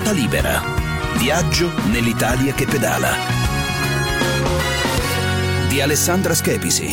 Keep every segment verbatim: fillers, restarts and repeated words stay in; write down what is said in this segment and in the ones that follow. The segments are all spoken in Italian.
Ruota libera. Viaggio nell'Italia che pedala. Di Alessandra Schepisi.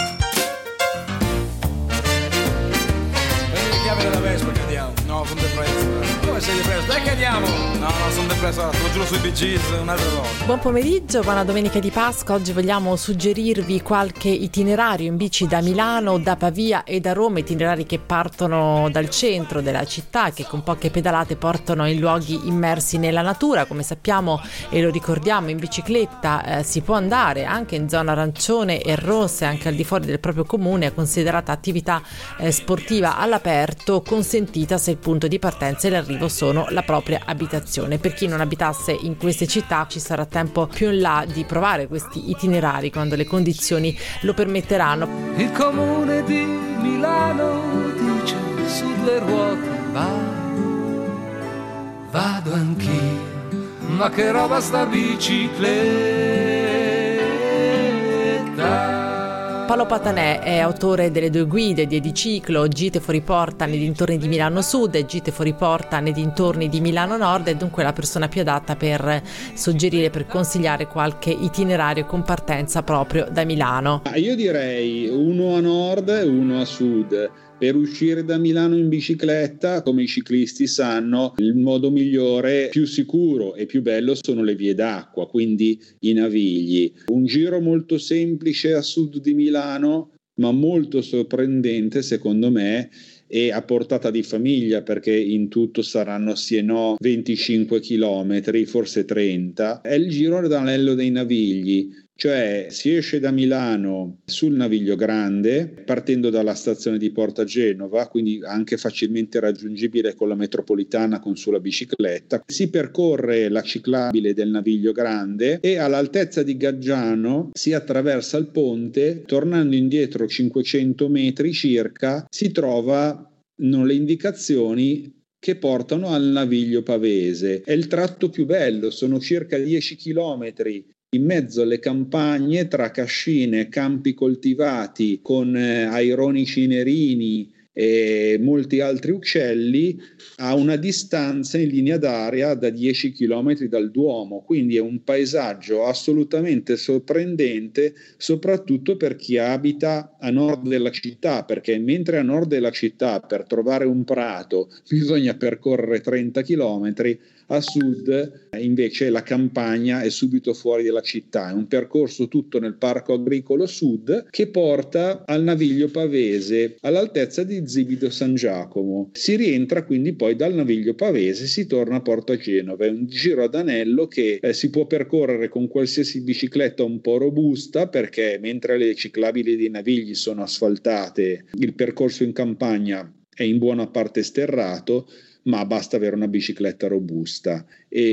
Prendi le chiavi della Vespa che andiamo. No, sono depresso. Dove sei depresso? Dai che andiamo. No, no, sono depresso. Te lo giuro sui Bee Gees un'altra volta. Buon pomeriggio, buona domenica di Pasqua. Oggi vogliamo suggerirvi qualche itinerario in bici da Milano, da Pavia e da Roma, itinerari che partono dal centro della città, che con poche pedalate portano in luoghi immersi nella natura. Come sappiamo e lo ricordiamo, in bicicletta eh, si può andare anche in zona arancione e rossa, anche al di fuori del proprio comune, è considerata attività eh, sportiva all'aperto, consentita se il punto di partenza e l'arrivo sono la propria abitazione. Per chi non abitasse in queste città ci sarà tempo più in là di provare questi itinerari quando le condizioni lo permetteranno. Il comune di Milano dice su due ruote vai, vado anch'io, ma che roba sta bicicletta. Paolo Patanè è autore delle due guide di Ediciclo, Gite fuori porta nei dintorni di Milano Sud e Gite fuori porta nei dintorni di Milano Nord, è dunque la persona più adatta per suggerire, per consigliare qualche itinerario con partenza proprio da Milano. Io direi uno a nord e uno a sud. Per uscire da Milano in bicicletta, come i ciclisti sanno, il modo migliore, più sicuro e più bello sono le vie d'acqua, quindi i navigli. Un giro molto semplice a sud di Milano, ma molto sorprendente secondo me, e a portata di famiglia, perché in tutto saranno sì e no venticinque chilometri, forse trenta, è il giro dall'Anello dei Navigli. Cioè si esce da Milano sul Naviglio Grande partendo dalla stazione di Porta Genova, quindi anche facilmente raggiungibile con la metropolitana con sulla bicicletta. Si percorre la ciclabile del Naviglio Grande e all'altezza di Gaggiano si attraversa il ponte, tornando indietro cinquecento metri circa si trovano le indicazioni che portano al Naviglio Pavese. È il tratto più bello, sono circa dieci chilometri in mezzo alle campagne, tra cascine e campi coltivati con eh, aironici nerini e molti altri uccelli, a una distanza in linea d'aria da dieci chilometri dal Duomo. Quindi è un paesaggio assolutamente sorprendente, soprattutto per chi abita a nord della città, perché mentre a nord della città per trovare un prato bisogna percorrere trenta chilometri, a sud invece la campagna è subito fuori dalla città. È un percorso tutto nel parco agricolo sud che porta al Naviglio Pavese all'altezza di Zibido San Giacomo. Si rientra quindi poi dal Naviglio Pavese, si torna a Porta Genova. È un giro ad anello che eh, si può percorrere con qualsiasi bicicletta un po' robusta, perché mentre le ciclabili dei Navigli sono asfaltate, il percorso in campagna è in buona parte sterrato, ma basta avere una bicicletta robusta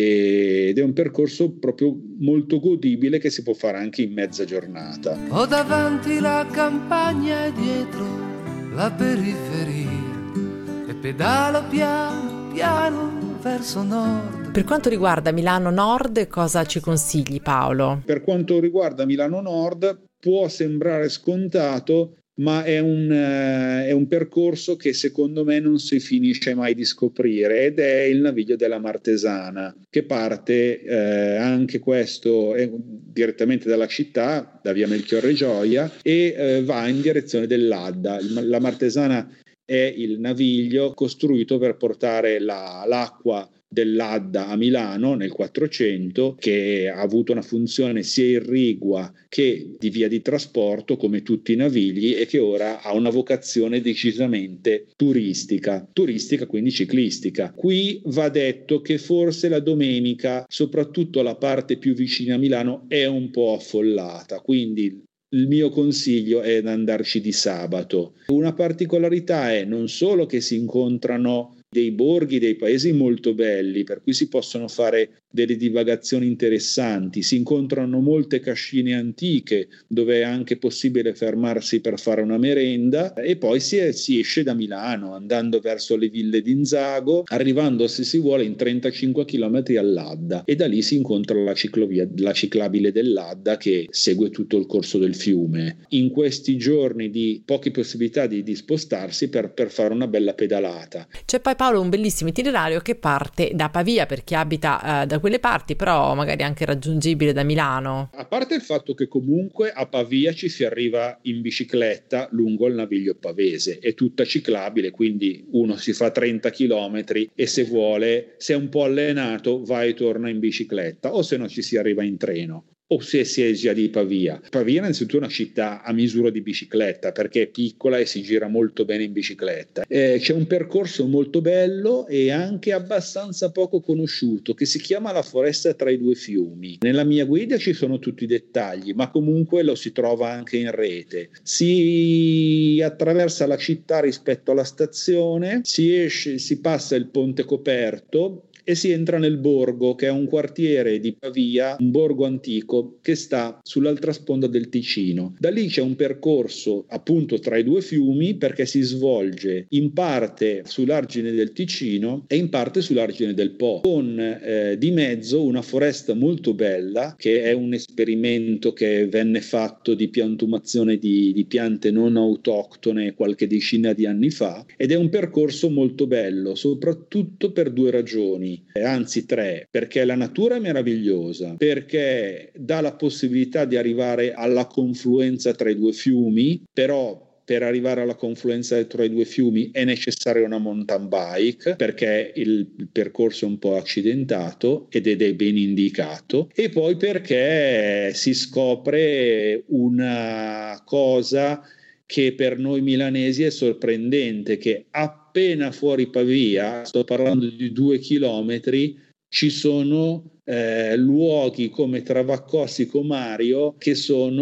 ed è un percorso proprio molto godibile che si può fare anche in mezza giornata. Ho davanti la campagna e dietro la periferia e pedalo piano piano verso nord. Per quanto riguarda Milano Nord, cosa ci consigli, Paolo? Per quanto riguarda Milano Nord, può sembrare scontato, ma è un, eh, è un percorso che secondo me non si finisce mai di scoprire, ed è il Naviglio della Martesana, che parte eh, anche questo è, direttamente dalla città, da via Melchiorre Gioia, e eh, va in direzione dell'Adda. La Martesana è il naviglio costruito per portare la, l'acqua dell'Adda a Milano nel quattrocento, che ha avuto una funzione sia irrigua che di via di trasporto come tutti i navigli, e che ora ha una vocazione decisamente turistica, turistica quindi ciclistica. Qui va detto che forse la domenica, soprattutto la parte più vicina a Milano, è un po' affollata, quindi il mio consiglio è di andarci di sabato. Una particolarità è non solo che si incontrano dei borghi, dei paesi molto belli, per cui si possono fare delle divagazioni interessanti, si incontrano molte cascine antiche dove è anche possibile fermarsi per fare una merenda, e poi si, è, si esce da Milano andando verso le ville d'Inzago, arrivando, se si vuole, in trentacinque chilometri all'Adda, e da lì si incontra la ciclovia, la ciclabile dell'Adda, che segue tutto il corso del fiume. In questi giorni di poche possibilità di, di spostarsi per, per fare una bella pedalata. C'è poi Paolo, un bellissimo itinerario che parte da Pavia per chi abita eh, da quelle parti, però magari anche raggiungibile da Milano. A parte il fatto che comunque a Pavia ci si arriva in bicicletta lungo il Naviglio Pavese, è tutta ciclabile, quindi uno si fa trenta chilometri e se vuole, se è un po' allenato, va e torna in bicicletta, o se no ci si arriva in treno. O se si è già di Pavia. Pavia è innanzitutto una città a misura di bicicletta perché è piccola e si gira molto bene in bicicletta. Eh, c'è un percorso molto bello e anche abbastanza poco conosciuto che si chiama la Foresta tra i due fiumi. Nella mia guida ci sono tutti i dettagli, ma comunque lo si trova anche in rete. Si attraversa la città rispetto alla stazione, si esce, si passa il ponte coperto e si entra nel borgo, che è un quartiere di Pavia, un borgo antico che sta sull'altra sponda del Ticino. Da lì c'è un percorso appunto tra i due fiumi perché si svolge in parte sull'argine del Ticino e in parte sull'argine del Po, con eh, di mezzo una foresta molto bella che è un esperimento che venne fatto di piantumazione di, di piante non autoctone qualche decina di anni fa, ed è un percorso molto bello soprattutto per due ragioni. Anzi tre, perché la natura è meravigliosa, perché dà la possibilità di arrivare alla confluenza tra i due fiumi, però per arrivare alla confluenza tra i due fiumi è necessaria una mountain bike perché il, il percorso è un po' accidentato ed è ben indicato, e poi perché si scopre una cosa che per noi milanesi è sorprendente, che appena fuori Pavia, sto parlando di due chilometri, ci sono eh, luoghi come Travaccossi Comario che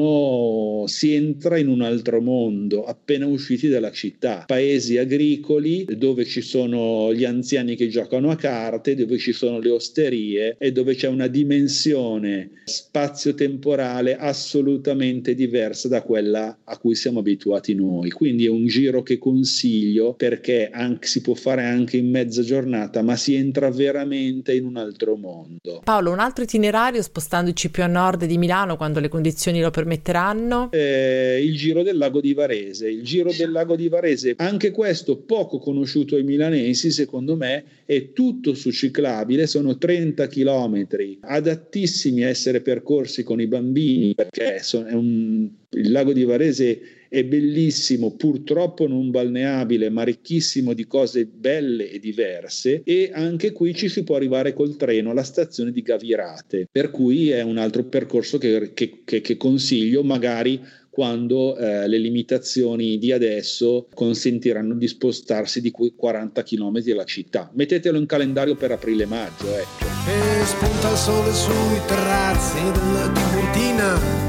sono, si entra in un altro mondo appena usciti dalla città, paesi agricoli dove ci sono gli anziani che giocano a carte, dove ci sono le osterie e dove c'è una dimensione spazio-temporale assolutamente diversa da quella a cui siamo abituati noi. Quindi è un giro che consiglio perché anche, si può fare anche in mezza giornata, ma si entra veramente in un altro mondo. Paolo, un altro itinerario spostandoci più a nord di Milano quando le condizioni lo permetteranno? Eh, il Giro del Lago di Varese. Il Giro del Lago di Varese, anche questo poco conosciuto ai milanesi, secondo me è tutto su ciclabile, sono trenta chilometri adattissimi a essere percorsi con i bambini perché sono, è un, il Lago di Varese è bellissimo, purtroppo non balneabile, ma ricchissimo di cose belle e diverse, e anche qui ci si può arrivare col treno alla stazione di Gavirate, per cui è un altro percorso che, che, che, che consiglio magari quando eh, le limitazioni di adesso consentiranno di spostarsi di quei quaranta chilometri alla città. Mettetelo in calendario per aprile-maggio, ecco. E spunta il sole sui terrazzi della Tiburtina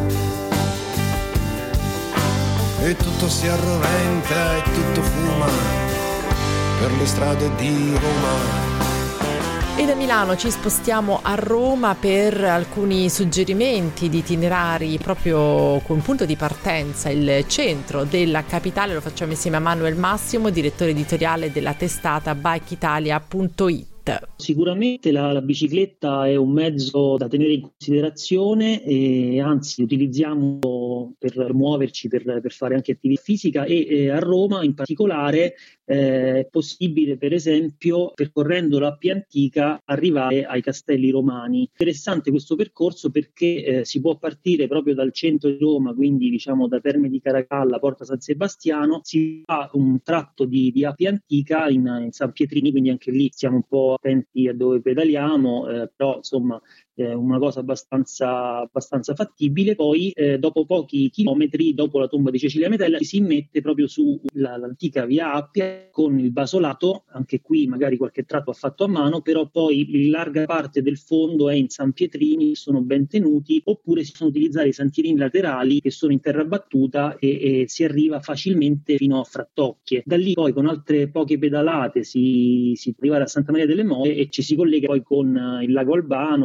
e tutto si arroventa e tutto fuma per le strade di Roma. E da Milano ci spostiamo a Roma per alcuni suggerimenti di itinerari proprio con punto di partenza il centro della capitale. Lo facciamo insieme a Manuel Massimo, direttore editoriale della testata bike italia punto it. Sicuramente la, la bicicletta è un mezzo da tenere in considerazione e anzi utilizziamo per muoverci, per, per fare anche attività fisica e eh, a Roma in particolare eh, è possibile per esempio percorrendo la Appia Antica arrivare ai Castelli Romani. Interessante questo percorso perché eh, si può partire proprio dal centro di Roma, quindi diciamo da Terme di Caracalla, Porta San Sebastiano, si fa un tratto di, di Appia Antica in, in San Pietrini, quindi anche lì siamo un po' attenti a dove pedaliamo, eh, però insomma è una cosa abbastanza, abbastanza fattibile. Poi eh, dopo pochi chilometri, dopo la tomba di Cecilia Metella, si immette proprio sull'antica via Appia con il basolato, anche qui magari qualche tratto ha fatto a mano, però poi larga parte del fondo è in San Pietrini, sono ben tenuti, oppure si possono utilizzare i santierini laterali che sono in terra battuta e, e si arriva facilmente fino a Frattocchie. Da lì poi con altre poche pedalate si, si può arrivare a Santa Maria delle More e ci si collega poi con il lago Albano, il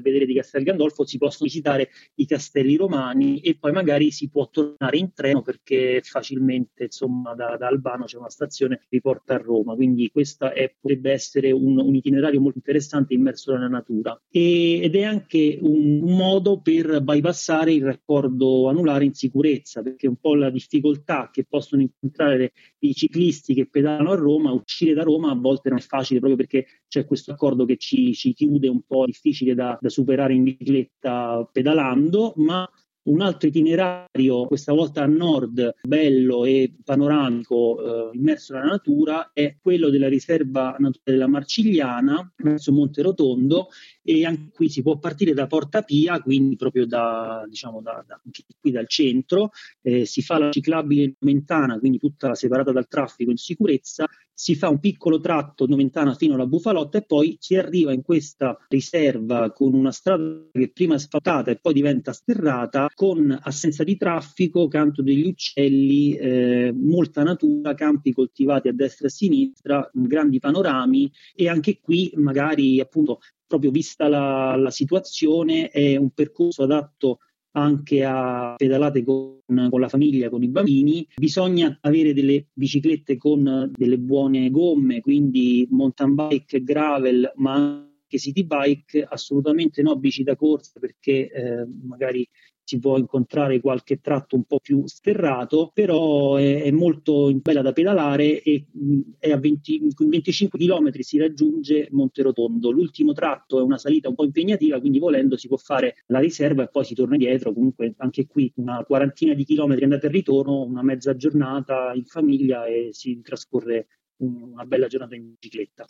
Belvedere di Castel Gandolfo, si possono visitare i castelli romani e poi magari si può tornare in treno perché facilmente, insomma, da, da Albano c'è una stazione che vi porta a Roma, quindi questo potrebbe essere un, un itinerario molto interessante immerso nella natura e, ed è anche un, un modo per bypassare il raccordo anulare in sicurezza, perché un po' la difficoltà che possono incontrare i ciclisti che pedalano a Roma, uscire da Roma a volte non è facile proprio perché c'è questo accordo che ci, ci chiude, un po' difficile da, da superare in bicicletta pedalando, ma un altro itinerario, questa volta a nord, bello e panoramico, eh, immerso nella natura, è quello della riserva naturale della Marcigliana, verso Monte Rotondo, e anche qui si può partire da Porta Pia, quindi proprio da, diciamo, da, da qui dal centro, eh, si fa la ciclabile Nomentana, quindi tutta separata dal traffico in sicurezza, si fa un piccolo tratto Nomentana fino alla Bufalotta e poi si arriva in questa riserva con una strada che prima è asfaltata e poi diventa sterrata, con assenza di traffico, canto degli uccelli, eh, molta natura, campi coltivati a destra e a sinistra, grandi panorami e anche qui magari appunto proprio vista la, la situazione è un percorso adatto anche a pedalate con, con la famiglia, con i bambini. Bisogna avere delle biciclette con delle buone gomme, quindi mountain bike, gravel, ma anche city bike, assolutamente no bici da corsa perché eh, magari si può incontrare qualche tratto un po' più sterrato, però è, è molto bella da pedalare e mh, è a venti, venticinque chilometri si raggiunge Monte Rotondo. L'ultimo tratto è una salita un po' impegnativa, quindi volendo si può fare la riserva e poi si torna indietro, comunque anche qui una quarantina di chilometri andata e ritorno, una mezza giornata in famiglia e si trascorre una bella giornata in bicicletta.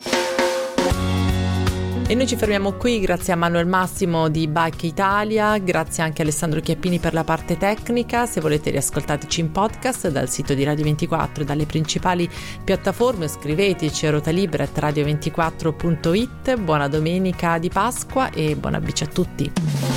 E noi ci fermiamo qui, grazie a Manuel Massimo di Bike Italia, grazie anche a Alessandro Chiappini per la parte tecnica. Se volete riascoltateci in podcast dal sito di Radio ventiquattro e dalle principali piattaforme, scriveteci a rotalibera chiocciola radio ventiquattro punto it. Buona domenica di Pasqua e buona bici a tutti.